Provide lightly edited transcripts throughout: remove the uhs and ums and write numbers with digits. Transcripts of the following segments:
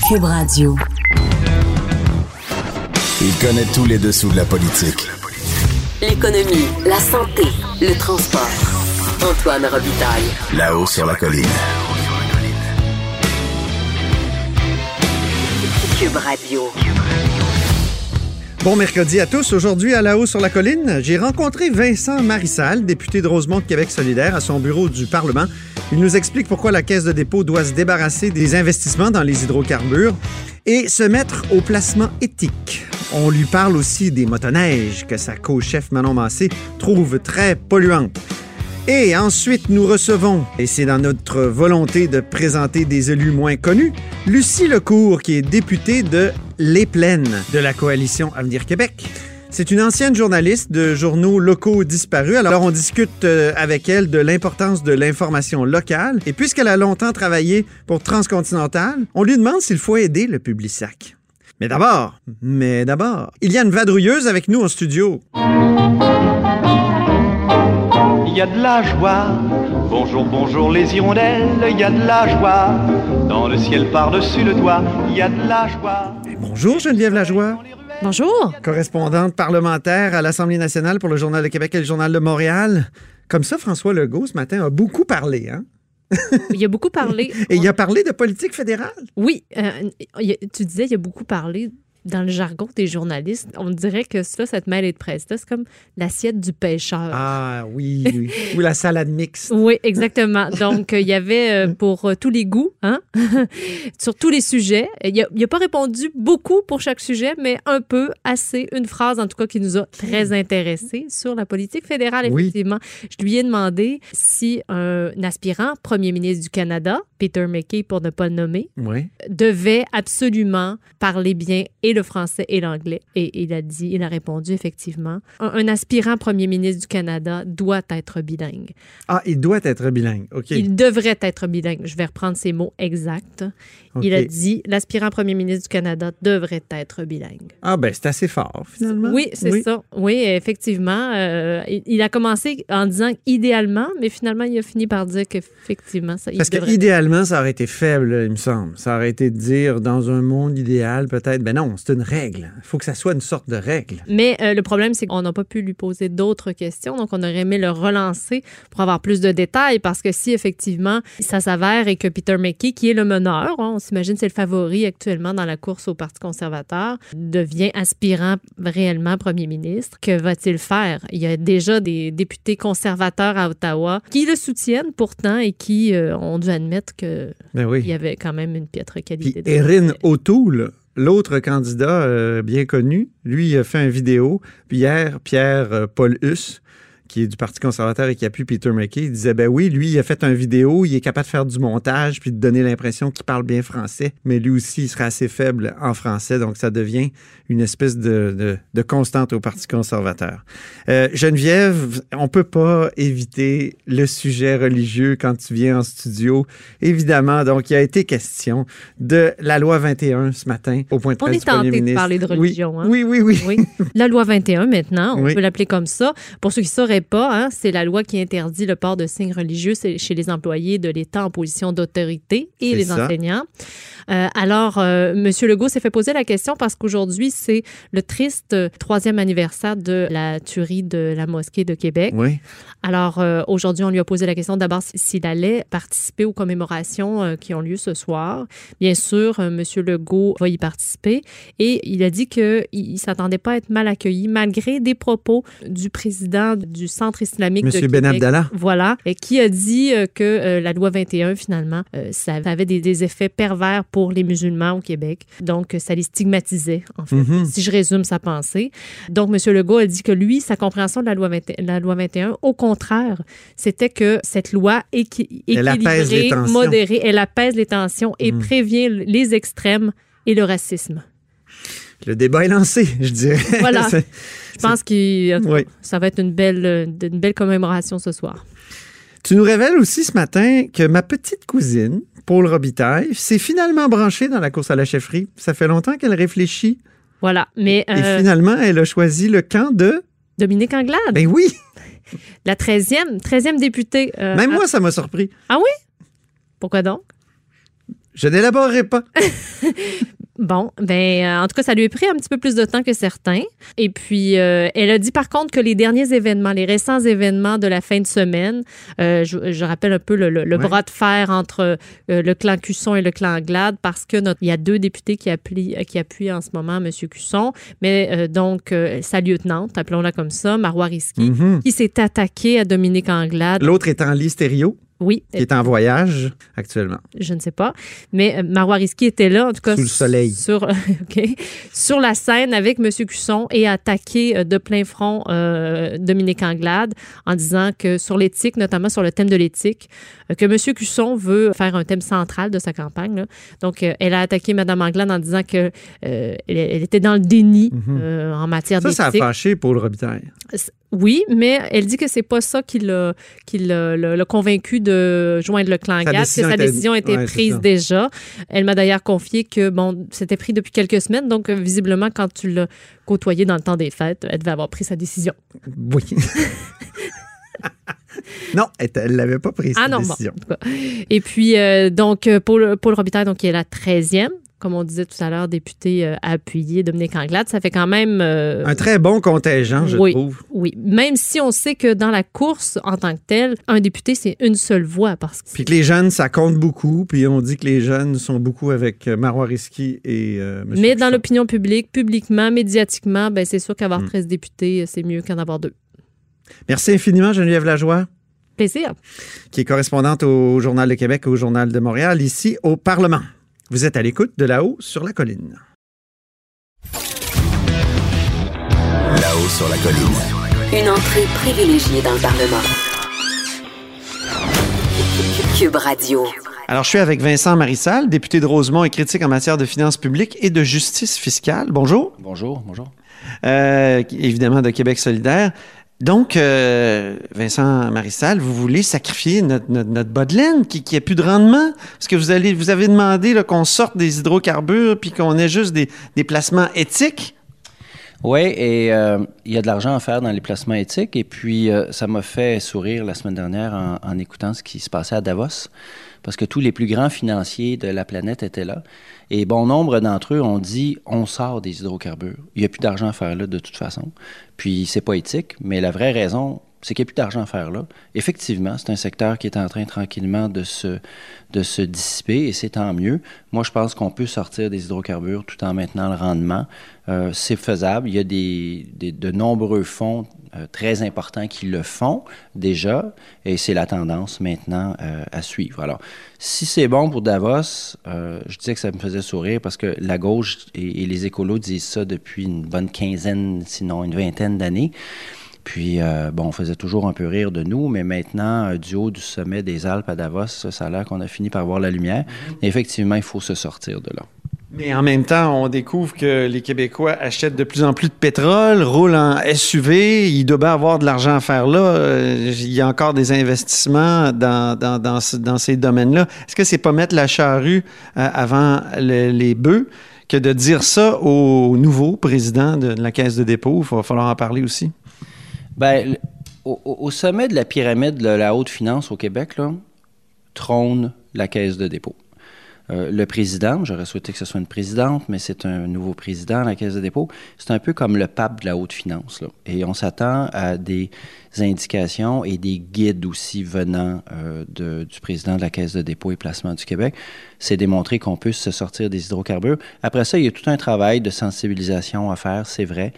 Cube Radio. Il connaît tous les dessous de la politique. L'économie, la santé, le transport. Antoine Robitaille. Là-haut sur la colline. Cube Radio. Bon mercredi à tous. Aujourd'hui, à La Haut sur la colline, j'ai rencontré Vincent Marissal, député de Rosemont-Québec solidaire, à son bureau du Parlement. Il nous explique pourquoi la Caisse de dépôt doit se débarrasser des investissements dans les hydrocarbures et se mettre au placement éthique. On lui parle aussi des motoneiges que sa co-chef Manon Massé trouve très polluantes. Et ensuite, nous recevons, et c'est dans notre volonté de présenter des élus moins connus, Lucie Lecourt, qui est députée de Les Plaines de la coalition Avenir Québec. C'est une ancienne journaliste de journaux locaux disparus. Alors, on discute avec elle de l'importance de l'information locale. Et puisqu'elle a longtemps travaillé pour Transcontinental, on lui demande s'il faut aider le Publisac. Mais d'abord, il y a une vadrouilleuse avec nous en studio. Il y a de la joie, bonjour, bonjour les hirondelles, il y a de la joie, dans le ciel par-dessus le toit, il y a de la joie. Bonjour Geneviève Lajoie. Bonjour. Correspondante parlementaire à l'Assemblée nationale pour le Journal de Québec et le Journal de Montréal. Comme ça, François Legault, ce matin, a beaucoup parlé, hein? Il a beaucoup parlé. Et il a parlé de politique fédérale. Oui, tu disais, il a beaucoup parlé dans le jargon des journalistes. On dirait que ça te mêle de presse. C'est comme l'assiette du pêcheur. Ah oui. Ou la salade mixte. Oui, exactement. Donc, il y avait pour tous les goûts, hein? Sur tous les sujets. Il n'a pas répondu beaucoup pour chaque sujet, mais un peu, assez, une phrase en tout cas qui nous a très intéressés sur la politique fédérale, effectivement. Oui. Je lui ai demandé si un aspirant premier ministre du Canada, Peter MacKay pour ne pas le nommer, devait absolument parler bien et le français et l'anglais. Et il a répondu effectivement, un aspirant premier ministre du Canada doit être bilingue. Ah, il doit être bilingue, OK. Il devrait être bilingue. Je vais reprendre ses mots exacts. Okay. Il a dit, l'aspirant premier ministre du Canada devrait être bilingue. Ah ben, c'est assez fort, finalement. Oui, c'est ça. Oui, effectivement. Il a commencé en disant idéalement, mais finalement, il a fini par dire qu'effectivement, ça... Parce qu'idéalement, ça aurait été faible, il me semble. Ça aurait été de dire, dans un monde idéal, peut-être, ben non, c'est une règle. Il faut que ça soit une sorte de règle. Mais le problème, c'est qu'on n'a pas pu lui poser d'autres questions, donc on aurait aimé le relancer pour avoir plus de détails, parce que si, effectivement, ça s'avère et que Peter MacKay, qui est le meneur, on s'imagine c'est le favori actuellement dans la course au Parti conservateur, devient aspirant réellement premier ministre, que va-t-il faire? Il y a déjà des députés conservateurs à Ottawa qui le soutiennent pourtant et qui ont dû admettre qu'il y avait quand même une piètre qualité. Puis Erin O'Toole, l'autre candidat bien connu, lui, il a fait une vidéo. Puis hier, Pierre-Paul Huss, qui est du Parti conservateur et qui appuie Peter MacKay, il disait, ben oui, lui, il a fait une vidéo, il est capable de faire du montage puis de donner l'impression qu'il parle bien français, mais lui aussi, il serait assez faible en français, donc ça devient une espèce de constante au Parti conservateur. Geneviève, on peut pas éviter le sujet religieux quand tu viens en studio. Évidemment, donc, il a été question de la loi 21 ce matin, au point de presse du premier ministre. On est tenté de parler de religion. Oui. Hein? Oui. La loi 21, maintenant, on peut l'appeler comme ça. Pour ceux qui sauraient pas, hein, c'est la loi qui interdit le port de signes religieux chez les employés de l'État en position d'autorité et les enseignants. Alors, M. Legault s'est fait poser la question parce qu'aujourd'hui, c'est le triste 3e anniversaire de la tuerie de la mosquée de Québec. Oui. Alors, aujourd'hui, on lui a posé la question d'abord s'il allait participer aux commémorations qui ont lieu ce soir. Bien sûr, M. Legault va y participer et il a dit qu'il ne s'attendait pas à être mal accueilli malgré des propos du président du Centre islamique de Québec. M. Ben Abdallah. Voilà, et qui a dit que la loi 21, finalement, ça avait des effets pervers pour les musulmans au Québec. Donc, ça les stigmatisait, en fait, si je résume sa pensée. Donc, M. Legault a dit que lui, sa compréhension de la loi 21, au contraire, c'était que cette loi équilibrée, modérée, elle apaise les tensions et prévient les extrêmes et le racisme. Le débat est lancé, je dirais. Voilà. Je pense que ça va être une belle commémoration ce soir. Tu nous révèles aussi ce matin que ma petite cousine, Paul Robitaille, s'est finalement branchée dans la course à la chefferie. Ça fait longtemps qu'elle réfléchit. Voilà. Mais, et finalement, elle a choisi le camp de... Dominique Anglade. Ben oui! La 13e députée. Même moi, ça m'a surpris. Ah oui? Pourquoi donc? Je n'élaborerai pas. Bon, en tout cas, ça lui a pris un petit peu plus de temps que certains. Et puis, elle a dit par contre que les derniers événements, les récents événements de la fin de semaine, je rappelle un peu le bras de fer entre le clan Cusson et le clan Anglade, parce que il y a 2 députés qui appuient en ce moment M. Cusson, mais donc sa lieutenante, appelons-la comme ça, Marois Risky, qui s'est attaquée à Dominique Anglade. L'autre étant Lee Stério. Oui. Qui est en voyage actuellement. Je ne sais pas. Mais Marois Risky était là, en tout cas. Sous le soleil. Sur la scène avec M. Cusson et a attaqué de plein front Dominique Anglade en disant que sur l'éthique, notamment sur le thème de l'éthique, que M. Cusson veut faire un thème central de sa campagne. Là. Donc, elle a attaqué Mme Anglade en disant qu'elle elle était dans le déni en matière d'éthique. Ça a fâché Paul Robitaille. Oui, mais elle dit que c'est pas ça qui l'a convaincu de joindre le clan Anglade, que sa décision était prise déjà. Elle m'a d'ailleurs confié que, c'était pris depuis quelques semaines, donc visiblement, quand tu l'as côtoyé dans le temps des fêtes, elle devait avoir pris sa décision. Oui. Non, elle ne l'avait pas prise, sa décision. Bon. Et puis, donc, Paul Robitaille, donc, qui est la 13e, comme on disait tout à l'heure, député à appuyer Dominique Anglade. Ça fait quand même... un très bon contingent, je trouve. Oui, même si on sait que dans la course, en tant que telle, un député, c'est une seule voix. Puis que les jeunes, ça compte beaucoup. Puis on dit que les jeunes sont beaucoup avec Marois Risky et M. Mais Cusson. dans l'opinion publique, publiquement, médiatiquement, c'est sûr qu'avoir 13 députés, c'est mieux qu'en avoir 2. Merci infiniment, Geneviève Lajoie. Plaisir. Qui est correspondante au Journal de Québec et au Journal de Montréal, ici au Parlement. Vous êtes à l'écoute de Là-haut sur la colline. Là-haut sur la colline. Une entrée privilégiée dans le Parlement. Cube Radio. Alors, je suis avec Vincent Marissal, député de Rosemont et critique en matière de finances publiques et de justice fiscale. Bonjour. Bonjour. Évidemment, de Québec solidaire. Donc, Vincent Marissal, vous voulez sacrifier notre bas de laine qui n'a plus de rendement? Parce que vous avez demandé là, qu'on sorte des hydrocarbures puis qu'on ait juste des placements éthiques? Oui, et il y a de l'argent à faire dans les placements éthiques. Et puis, ça m'a fait sourire la semaine dernière en écoutant ce qui se passait à Davos, parce que tous les plus grands financiers de la planète étaient là. Et bon nombre d'entre eux ont dit « on sort des hydrocarbures. Il n'y a plus d'argent à faire là de toute façon. » Puis, c'est pas éthique, mais la vraie raison, c'est qu'il n'y a plus d'argent à faire là. Effectivement, c'est un secteur qui est en train tranquillement de se dissiper, et c'est tant mieux. Moi, je pense qu'on peut sortir des hydrocarbures tout en maintenant le rendement. C'est faisable. Il y a de nombreux fonds très importants qui le font déjà, et c'est la tendance maintenant à suivre. Alors, si c'est bon pour Davos, je disais que ça me faisait sourire parce que la gauche et les écolos disent ça depuis une bonne quinzaine, sinon une vingtaine d'années. Puis, on faisait toujours un peu rire de nous, mais maintenant, du haut du sommet des Alpes à Davos, ça a l'air qu'on a fini par voir la lumière. Et effectivement, il faut se sortir de là. Mais en même temps, on découvre que les Québécois achètent de plus en plus de pétrole, roulent en SUV, il doit bien avoir de l'argent à faire là. Il y a encore des investissements dans ces domaines-là. Est-ce que c'est pas mettre la charrue avant les bœufs que de dire ça au nouveau président de la Caisse de dépôt? Il va falloir en parler aussi. Bien, au sommet de la pyramide de la haute finance au Québec, là, trône la Caisse de dépôt. Le président, j'aurais souhaité que ce soit une présidente, mais c'est un nouveau président à la Caisse de dépôt. C'est un peu comme le pape de la haute finance, là. Et on s'attend à des indications et des guides aussi venant du président de la Caisse de dépôt et placement du Québec. C'est démontrer qu'on peut se sortir des hydrocarbures. Après ça, il y a tout un travail de sensibilisation à faire, c'est vrai.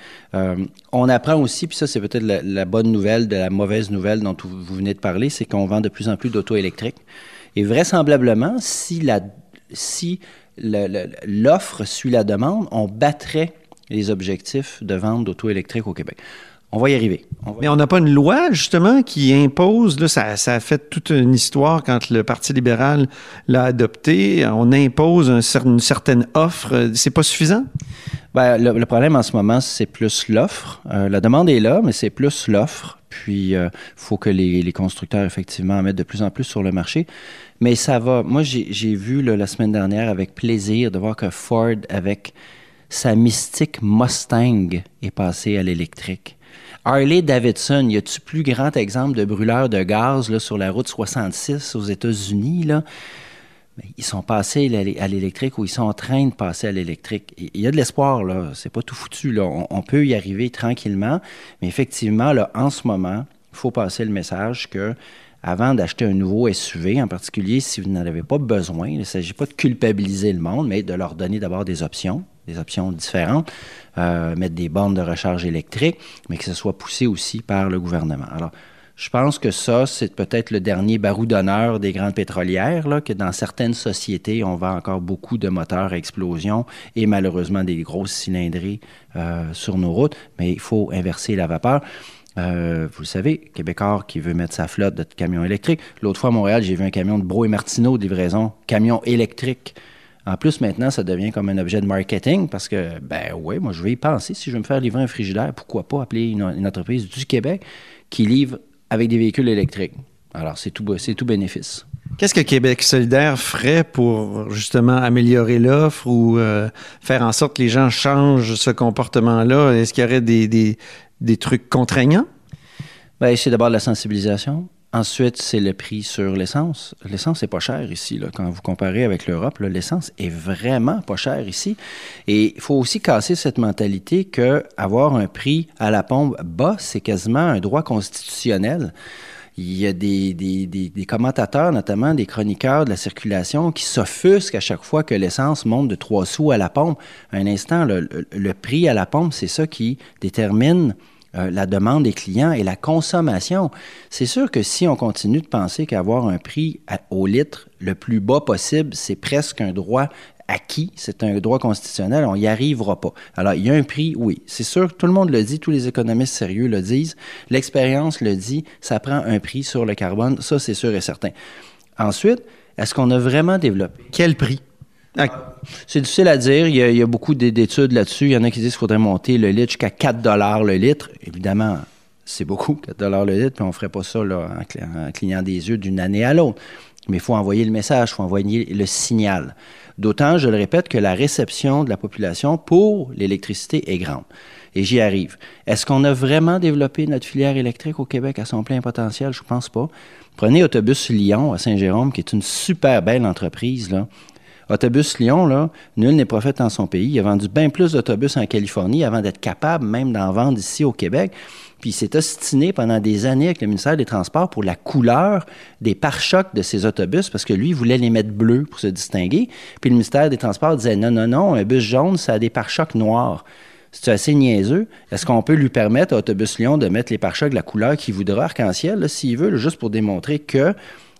On apprend aussi, puis ça, c'est peut-être la bonne nouvelle de la mauvaise nouvelle dont vous venez de parler, c'est qu'on vend de plus en plus d'auto électriques. Et vraisemblablement, si l'offre suit la demande, on battrait les objectifs de vente d'auto électriques au Québec. On va y arriver. Mais on n'a pas une loi, justement, qui impose, là, ça a fait toute une histoire quand le Parti libéral l'a adopté, on impose une certaine offre. C'est pas suffisant? Bien, le problème en ce moment, c'est plus l'offre. La demande est là, mais c'est plus l'offre. Puis, il faut que les constructeurs, effectivement, en mettent de plus en plus sur le marché. Mais ça va. Moi, j'ai vu la semaine dernière avec plaisir de voir que Ford, avec sa mystique Mustang, est passé à l'électrique. Harley-Davidson, y a-tu plus grand exemple de brûleur de gaz là, sur la route 66 aux États-Unis, là? ils sont passés à l'électrique ou ils sont en train de passer à l'électrique. Il y a de l'espoir, là. C'est pas tout foutu, là. On peut y arriver tranquillement. Mais effectivement, là, en ce moment, il faut passer le message que avant d'acheter un nouveau SUV, en particulier si vous n'en avez pas besoin, il ne s'agit pas de culpabiliser le monde, mais de leur donner d'abord des options différentes, mettre des bornes de recharge électrique, mais que ce soit poussé aussi par le gouvernement. Alors, je pense que ça, c'est peut-être le dernier barou d'honneur des grandes pétrolières, là, que dans certaines sociétés, on vend encore beaucoup de moteurs à explosion et malheureusement des grosses cylindrées sur nos routes, mais il faut inverser la vapeur. Vous le savez, Québécois qui veut mettre sa flotte de camions électriques. L'autre fois à Montréal, j'ai vu un camion de Bro et Martineau de livraison, camion électrique. En plus, maintenant, ça devient comme un objet de marketing parce que, moi, je vais y penser. Si je veux me faire livrer un frigidaire, pourquoi pas appeler une entreprise du Québec qui livre avec des véhicules électriques. Alors, c'est tout bénéfice. Qu'est-ce que Québec solidaire ferait pour justement améliorer l'offre ou faire en sorte que les gens changent ce comportement-là? Est-ce qu'il y aurait des trucs contraignants? Bien, c'est d'abord la sensibilisation. Ensuite, c'est le prix sur l'essence. L'essence n'est pas cher ici, là. Quand vous comparez avec l'Europe, là, l'essence est vraiment pas chère ici. Et il faut aussi casser cette mentalité qu'avoir un prix à la pompe bas, c'est quasiment un droit constitutionnel. Il y a des commentateurs, notamment des chroniqueurs de la circulation, qui s'offusquent à chaque fois que l'essence monte de 3 sous à la pompe. Un instant, le prix à la pompe, c'est ça qui détermine la demande des clients et la consommation. C'est sûr que si on continue de penser qu'avoir un prix au litre le plus bas possible, c'est presque un droit acquis, c'est un droit constitutionnel, on n'y arrivera pas. Alors, il y a un prix, oui. C'est sûr, tout le monde le dit, tous les économistes sérieux le disent, l'expérience le dit, ça prend un prix sur le carbone, ça c'est sûr et certain. Ensuite, est-ce qu'on a vraiment développé? Quel prix? C'est difficile à dire. Il y a beaucoup d'études là-dessus. Il y en a qui disent qu'il faudrait monter le litre jusqu'à 4 $ le litre. Évidemment, c'est beaucoup, 4 $ le litre, puis on ne ferait pas ça là, en clignant des yeux d'une année à l'autre. Mais il faut envoyer le message, il faut envoyer le signal. D'autant, je le répète, que la réception de la population pour l'électricité est grande. Et j'y arrive. Est-ce qu'on a vraiment développé notre filière électrique au Québec à son plein potentiel? Je ne pense pas. Prenez Autobus Lyon à Saint-Jérôme, qui est une super belle entreprise, là. Autobus Lyon, là, nul n'est prophète en son pays. Il a vendu bien plus d'autobus en Californie avant d'être capable même d'en vendre ici au Québec. Puis il s'est ostiné pendant des années avec le ministère des Transports pour la couleur des pare-chocs de ses autobus parce que lui, il voulait les mettre bleus pour se distinguer. Puis le ministère des Transports disait non, un bus jaune, ça a des pare-chocs noirs. C'est assez niaiseux. Est-ce qu'on peut lui permettre à Autobus Lyon de mettre les pare-chocs de la couleur qu'il voudra, arc-en-ciel, là, s'il veut, là, juste pour démontrer que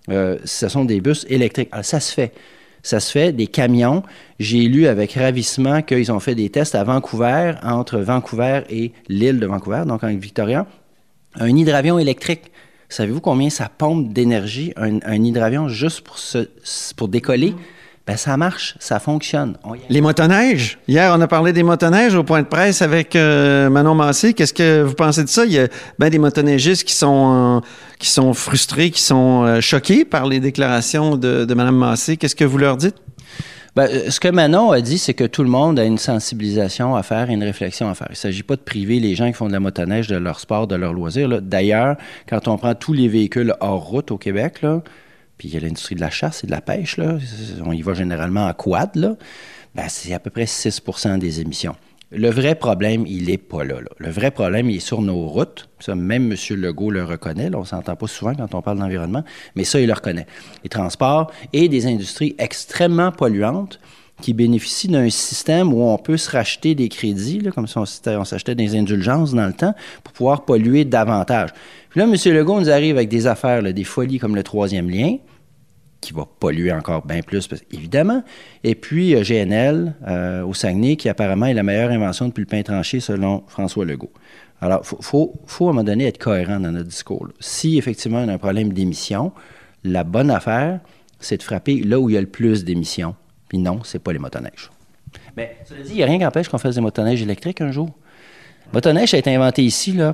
ce sont des bus électriques? Alors, ça se fait. Ça se fait, des camions. J'ai lu avec ravissement qu'ils ont fait des tests à Vancouver, entre Vancouver et l'île de Vancouver, donc en Victoria. Un hydravion électrique. Savez-vous combien ça pompe d'énergie, un hydravion, juste pour décoller? Ben, ça marche, ça fonctionne. Les motoneiges. Hier, on a parlé des motoneiges au point de presse avec Manon Massé. Qu'est-ce que vous pensez de ça? Il y a bien des motoneigistes qui sont frustrés, qui sont choqués par les déclarations de Mme Massé. Qu'est-ce que vous leur dites? Ben, ce que Manon a dit, c'est que tout le monde a une sensibilisation à faire et une réflexion à faire. Il ne s'agit pas de priver les gens qui font de la motoneige de leur sport, de leur loisir, là. D'ailleurs, quand on prend tous les véhicules hors route au Québec, là, puis il y a l'industrie de la chasse et de la pêche, là, on y va généralement en quad, là, ben c'est à peu près 6 % des émissions. Le vrai problème, il n'est pas là. Le vrai problème, il est sur nos routes. Ça, même M. Legault le reconnaît. Là, on ne s'entend pas souvent quand on parle d'environnement, mais ça, il le reconnaît. Les transports et des industries extrêmement polluantes qui bénéficient d'un système où on peut se racheter des crédits, là, comme si on s'achetait des indulgences dans le temps, pour pouvoir polluer davantage. Puis là, M. Legault nous arrive avec des affaires, là, des folies comme le 3e lien, qui va polluer encore bien plus, évidemment. Et puis, GNL, au Saguenay, qui apparemment est la meilleure invention depuis le pain tranché, selon François Legault. Alors, il faut à un moment donné être cohérent dans notre discours, là. Si, effectivement, on a un problème d'émissions, la bonne affaire, c'est de frapper là où il y a le plus d'émissions. Puis non, c'est pas les motoneiges. Mais, cela dit, il n'y a rien qui empêche qu'on fasse des motoneiges électriques un jour. Motoneige a été inventé ici là,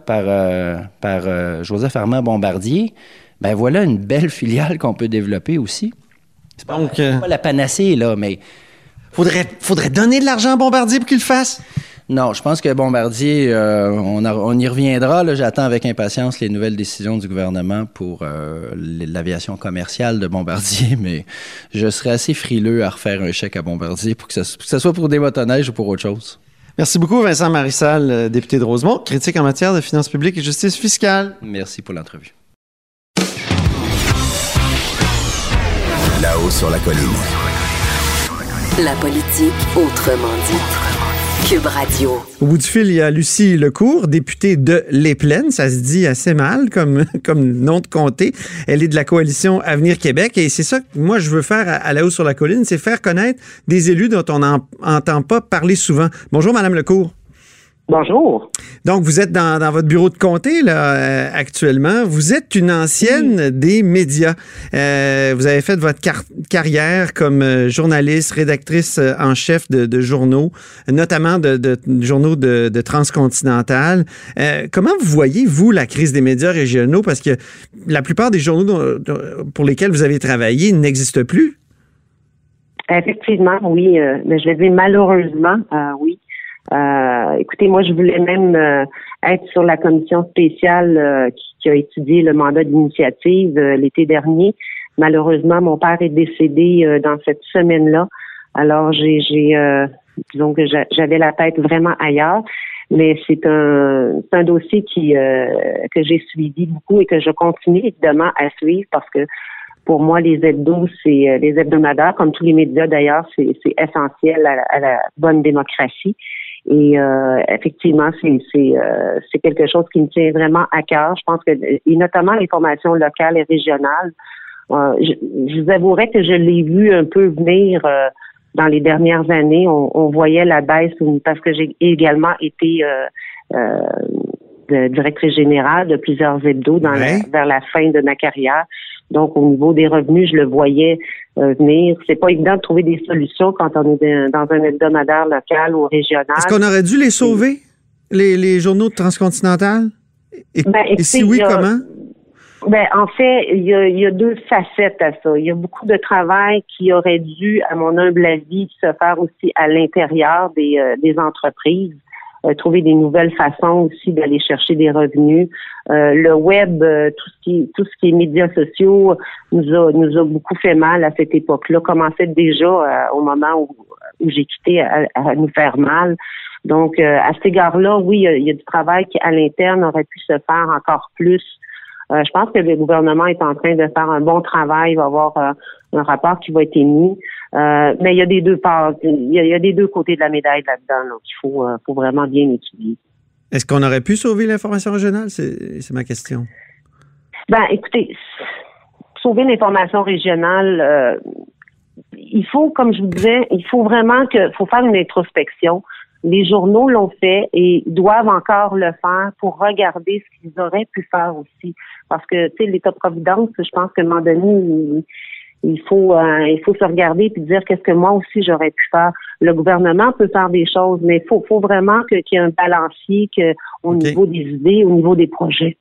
par Joseph Armand Bombardier. Ben voilà une belle filiale qu'on peut développer aussi. C'est pas la panacée, là, mais... Faudrait donner de l'argent à Bombardier pour qu'il le fasse. Non, je pense que Bombardier, on y reviendra. Là, j'attends avec impatience les nouvelles décisions du gouvernement pour l'aviation commerciale de Bombardier, mais je serais assez frileux à refaire un chèque à Bombardier pour que ça soit pour des motoneiges ou pour autre chose. Merci beaucoup, Vincent Marissal, député de Rosemont, critique en matière de finances publiques et justice fiscale. Merci pour l'entrevue. Là-haut sur la colline. La politique autrement dit. Cube Radio. Au bout du fil, il y a Lucie Lecourt, députée de Les Plaines. Ça se dit assez mal comme nom de comté. Elle est de la coalition Avenir Québec. Et c'est ça que moi, je veux faire à Là-haut sur la colline, c'est faire connaître des élus dont on n'entend pas parler souvent. Bonjour, Madame Lecourt. Bonjour. Donc, vous êtes dans votre bureau de comté là, actuellement. Vous êtes une ancienne des médias. Vous avez fait votre carrière comme journaliste, rédactrice en chef de journaux, notamment de journaux de Transcontinental. Comment vous voyez, vous, la crise des médias régionaux? Parce que la plupart des journaux pour lesquels vous avez travaillé n'existent plus. Effectivement, oui. Mais je le dis malheureusement, oui. Écoutez, moi, je voulais même être sur la commission spéciale qui a étudié le mandat d'initiative l'été dernier. Malheureusement, mon père est décédé dans cette semaine-là. Alors, disons que j'avais la tête vraiment ailleurs. Mais c'est un dossier que j'ai suivi beaucoup et que je continue évidemment à suivre parce que pour moi, les hebdos, c'est les hebdomadaires, comme tous les médias d'ailleurs, c'est essentiel à la bonne démocratie. Et effectivement, c'est quelque chose qui me tient vraiment à cœur. Je pense que, et notamment l'information locale et régionale, je vous avouerai que je l'ai vu un peu venir dans les dernières années. On voyait la baisse parce que j'ai également été directrice générale de plusieurs hebdos vers la fin de ma carrière. Donc, au niveau des revenus, je le voyais venir. C'est pas évident de trouver des solutions quand on est dans un hebdomadaire local ou régional. Est-ce qu'on aurait dû les sauver, les journaux de Transcontinental? Et si oui, comment? En fait, il y a deux facettes à ça. Il y a beaucoup de travail qui aurait dû, à mon humble avis, se faire aussi à l'intérieur des entreprises. Trouver des nouvelles façons aussi d'aller chercher des revenus. Le web, tout ce qui est médias sociaux nous a beaucoup fait mal à cette époque-là. Commençait déjà au moment où j'ai quitté à nous faire mal. Donc, à cet égard-là, oui, il y a du travail qui, à l'interne, aurait pu se faire encore plus. Je pense que le gouvernement est en train de faire un bon travail. Il va y avoir un rapport qui va être émis. Mais il y a des deux parts. Il y a des deux côtés de la médaille là-dedans, là, qu'il faut vraiment bien étudier. Est-ce qu'on aurait pu sauver l'information régionale? C'est ma question. Écoutez, sauver l'information régionale, il faut, comme je vous disais, il faut vraiment faut faire une introspection. Les journaux l'ont fait et doivent encore le faire pour regarder ce qu'ils auraient pu faire aussi. Parce que, tu sais, l'État-providence, je pense qu'à un moment donné, il faut se regarder puis dire qu'est-ce que moi aussi j'aurais pu faire. Le gouvernement peut faire des choses, mais il faut vraiment qu'il y ait un balancier au niveau des idées, au niveau des projets.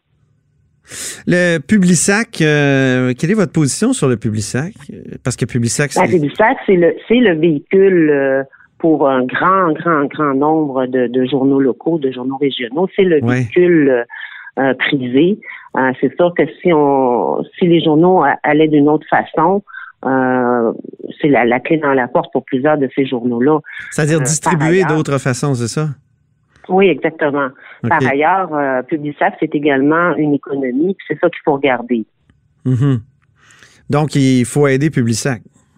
Le Publisac, quelle est votre position sur le Publisac? Parce que Publisac, Publisac, c'est le véhicule pour un grand nombre de journaux locaux, de journaux régionaux. C'est le véhicule privé. C'est sûr que si les journaux allaient d'une autre façon, c'est la clé dans la porte pour plusieurs de ces journaux-là. C'est-à-dire distribuer d'autres façons, c'est ça? Oui, exactement. Okay. Par ailleurs, Publisac, c'est également une économie, puis c'est ça qu'il faut regarder. Mm-hmm. Donc, il faut aider Publisac.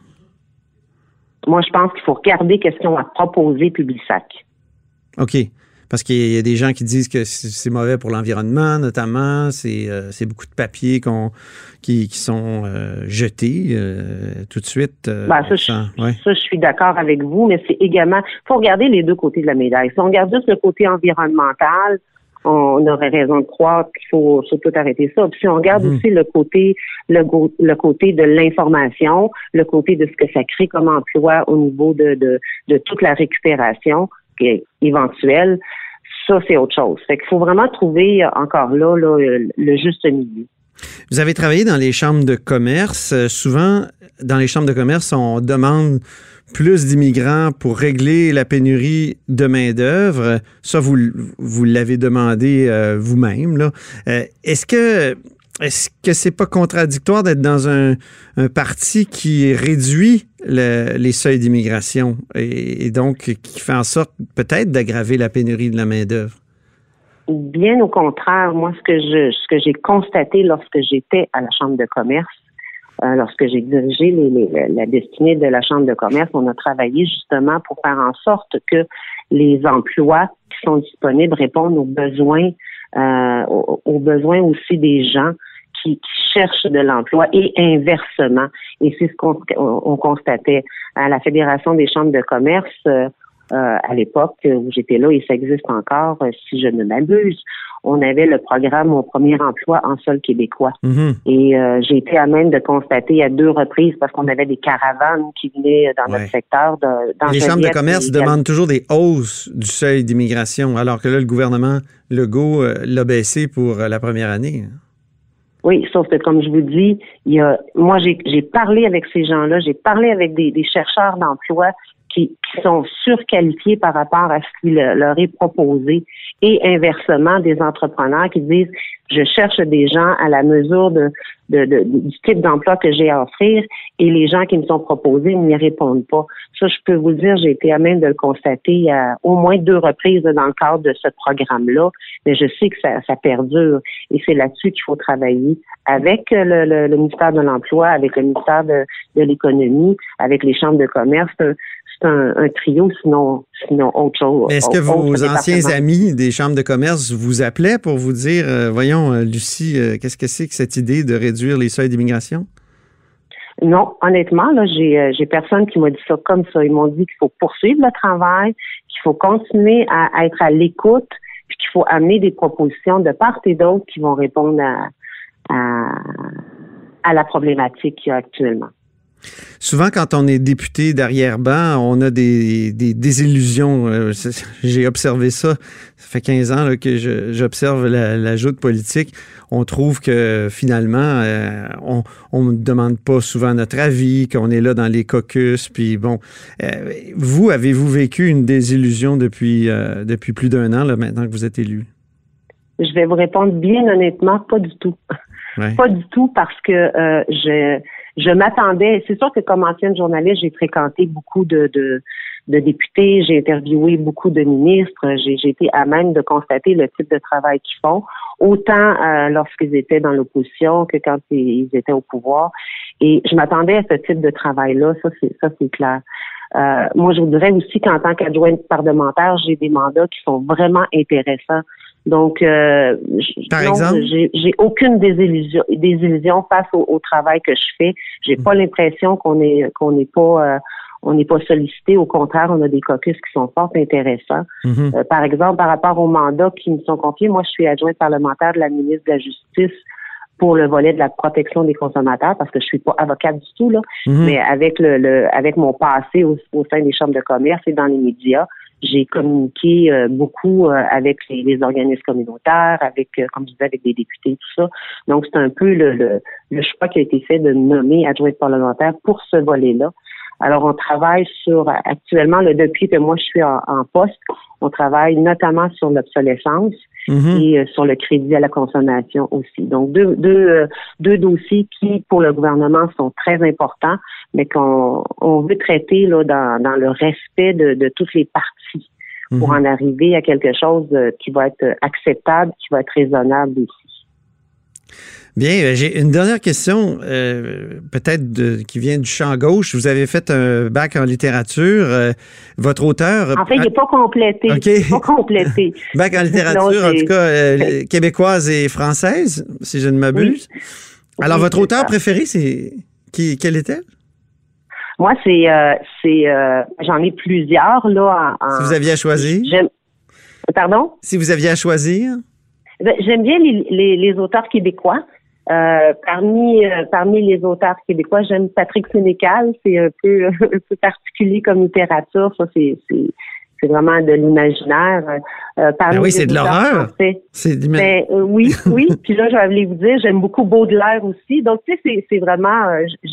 Moi, je pense qu'il faut regarder qu'est-ce qu'on a proposé Publisac. OK. Parce qu'il y a des gens qui disent que c'est mauvais pour l'environnement, notamment. C'est beaucoup de papiers qui sont jetés tout de suite. Ça, je suis d'accord avec vous, mais c'est également... Il faut regarder les deux côtés de la médaille. Si on regarde juste le côté environnemental, on aurait raison de croire qu'il faut surtout arrêter ça. Puis si on regarde aussi le côté de l'information, le côté de ce que ça crée comme emploi au niveau de toute la récupération éventuelle, ça, c'est autre chose. Fait qu'il faut vraiment trouver encore là le juste milieu. Vous avez travaillé dans les chambres de commerce. Souvent, dans les chambres de commerce, on demande plus d'immigrants pour régler la pénurie de main-d'œuvre. Ça, vous l'avez demandé vous-même, là. Est-ce que c'est pas contradictoire d'être dans un parti qui réduit les seuils d'immigration et donc qui fait en sorte peut-être d'aggraver la pénurie de la main-d'œuvre? Bien au contraire, moi, ce que j'ai constaté lorsque j'étais à la Chambre de commerce, lorsque j'ai dirigé la destinée de la Chambre de commerce, on a travaillé justement pour faire en sorte que les emplois qui sont disponibles répondent aux besoins aussi des gens qui cherchent de l'emploi et inversement. Et c'est ce qu'on constatait à la Fédération des chambres de commerce. À l'époque où j'étais là, et ça existe encore, si je ne m'abuse, on avait le programme Mon premier emploi en sol québécois. Mm-hmm. Et j'ai été à même de constater à 2 reprises, parce qu'on avait des caravanes qui venaient dans notre secteur. Les chambres de commerce demandent toujours des hausses du seuil d'immigration, alors que là, le gouvernement Legault l'a baissé pour la première année. Oui, sauf que, comme je vous dis, moi, j'ai parlé avec ces gens-là, j'ai parlé avec des chercheurs d'emploi qui sont surqualifiés par rapport à ce qui leur est proposé, et inversement des entrepreneurs qui disent je cherche des gens à la mesure du type d'emploi que j'ai à offrir, et les gens qui me sont proposés ne m'y répondent pas. Ça, je peux vous le dire, j'ai été à même de le constater à au moins 2 reprises dans le cadre de ce programme-là, mais je sais que ça perdure, et c'est là-dessus qu'il faut travailler avec le ministère de l'Emploi, avec le ministère de l'Économie, avec les chambres de commerce. C'est un trio, sinon autre chose. Mais est-ce que vos anciens amis des chambres de commerce vous appelaient pour vous dire, voyons, Lucie, qu'est-ce que c'est que cette idée de réduire les seuils d'immigration? Non, honnêtement, là, j'ai personne qui m'a dit ça comme ça. Ils m'ont dit qu'il faut poursuivre le travail, qu'il faut continuer à être à l'écoute, puis qu'il faut amener des propositions de part et d'autre qui vont répondre à la problématique qu'il y a actuellement. Souvent, quand on est député d'arrière-ban, on a des désillusions. J'ai observé ça. Ça fait 15 ans là, que j'observe la joute politique. On trouve que finalement, on ne demande pas souvent notre avis, qu'on est là dans les caucus. Puis bon, vous, avez-vous vécu une désillusion depuis plus d'1 an, là, maintenant que vous êtes élu? Je vais vous répondre bien honnêtement, pas du tout. Ouais. Pas du tout, parce que je m'attendais, c'est sûr que comme ancienne journaliste, j'ai fréquenté beaucoup de députés, j'ai interviewé beaucoup de ministres, j'ai été à même de constater le type de travail qu'ils font, autant lorsqu'ils étaient dans l'opposition que quand ils étaient au pouvoir. Et je m'attendais à ce type de travail-là, ça c'est clair. Moi, je voudrais aussi qu'en tant qu'adjointe parlementaire, j'ai des mandats qui sont vraiment intéressants. Donc, par exemple, j'ai aucune désillusion face au travail que je fais. J'ai pas l'impression qu'on n'est pas sollicité. Au contraire, on a des caucus qui sont fort intéressants. Mm-hmm. Par exemple, par rapport aux mandats qui me sont confiés, moi, je suis adjointe parlementaire de la ministre de la Justice pour le volet de la protection des consommateurs, parce que je suis pas avocate du tout, là. Mm-hmm. Mais avec mon passé au sein des chambres de commerce et dans les médias, j'ai communiqué beaucoup avec les organismes communautaires, avec, comme je disais, avec des députés, tout ça. Donc, c'est un peu le choix qui a été fait de me nommer adjointe parlementaire pour ce volet-là. Alors, on travaille actuellement, depuis que moi je suis en poste, on travaille notamment sur l'obsolescence et sur le crédit à la consommation aussi. Donc, deux dossiers qui, pour le gouvernement, sont très importants, mais qu'on veut traiter là dans le respect de toutes les parties pour en arriver à quelque chose qui va être acceptable, qui va être raisonnable aussi. Bien, j'ai une dernière question, peut-être qui vient du champ gauche. Vous avez fait un bac en littérature. Votre auteur... En fait, il n'est pas complété. Okay. Il n'est pas complété. Bac en littérature, en tout cas, québécoise et française, si je ne m'abuse. Oui. Alors, votre auteur préféré, quelle est-elle? Moi, j'en ai plusieurs, là. Si vous aviez à choisir? Pardon? Si vous aviez à choisir? J'aime bien les auteurs québécois. Parmi les auteurs québécois, j'aime Patrick Sénécal. C'est un peu particulier comme littérature. Ça, c'est c'est vraiment de l'imaginaire. Ben oui, c'est de l'horreur. Oui. Puis là, j'allais vous dire, j'aime beaucoup Baudelaire aussi. Donc, tu sais, c'est vraiment,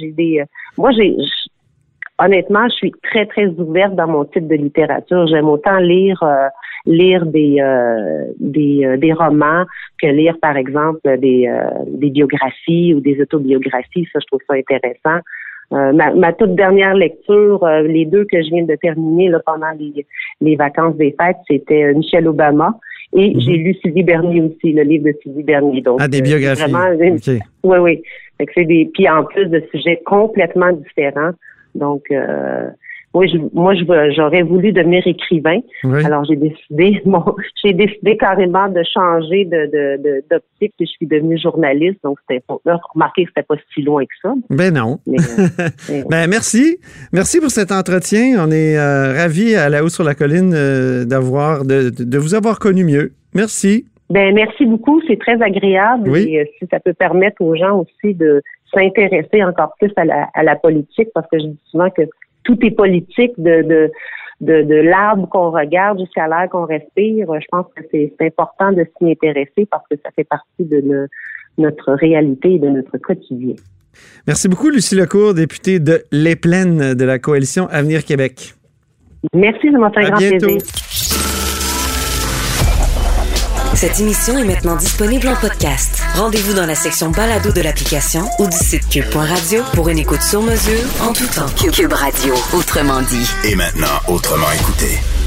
honnêtement, je suis très, très ouverte dans mon type de littérature. J'aime autant lire des romans que lire, par exemple, des biographies ou des autobiographies. Ça, je trouve ça intéressant. Ma toute dernière lecture, les deux que je viens de terminer là, pendant les vacances des fêtes, c'était Michelle Obama. Et j'ai lu Sylvie Bernier aussi, le livre de Sylvie Bernier. Donc, des biographies. Vraiment, okay. Oui. Fait que c'est puis en plus de sujets complètement différents. Donc, j'aurais voulu devenir écrivain. Oui. Alors, j'ai décidé carrément de changer d'optique, puis je suis devenue journaliste. Donc, remarquez que c'était pas si loin que ça. Ben non. Ben, merci. Merci pour cet entretien. On est ravis à La Haut sur la Colline de vous avoir connu mieux. Merci. Ben, merci beaucoup. C'est très agréable. Oui. Et si ça peut permettre aux gens aussi de s'intéresser encore plus à la politique, parce que je dis souvent que tout est politique, de l'arbre qu'on regarde jusqu'à l'air qu'on respire. Je pense que c'est important de s'y intéresser parce que ça fait partie de notre réalité et de notre quotidien. Merci beaucoup, Lucie Lecourt, députée de Les Plaines de la Coalition Avenir Québec. Merci, ça m'a fait un grand plaisir. Cette émission est maintenant disponible en podcast. Rendez-vous dans la section balado de l'application ou du site cube.radio pour une écoute sur mesure en tout temps. Cube Radio, autrement dit. Et maintenant, autrement écouté.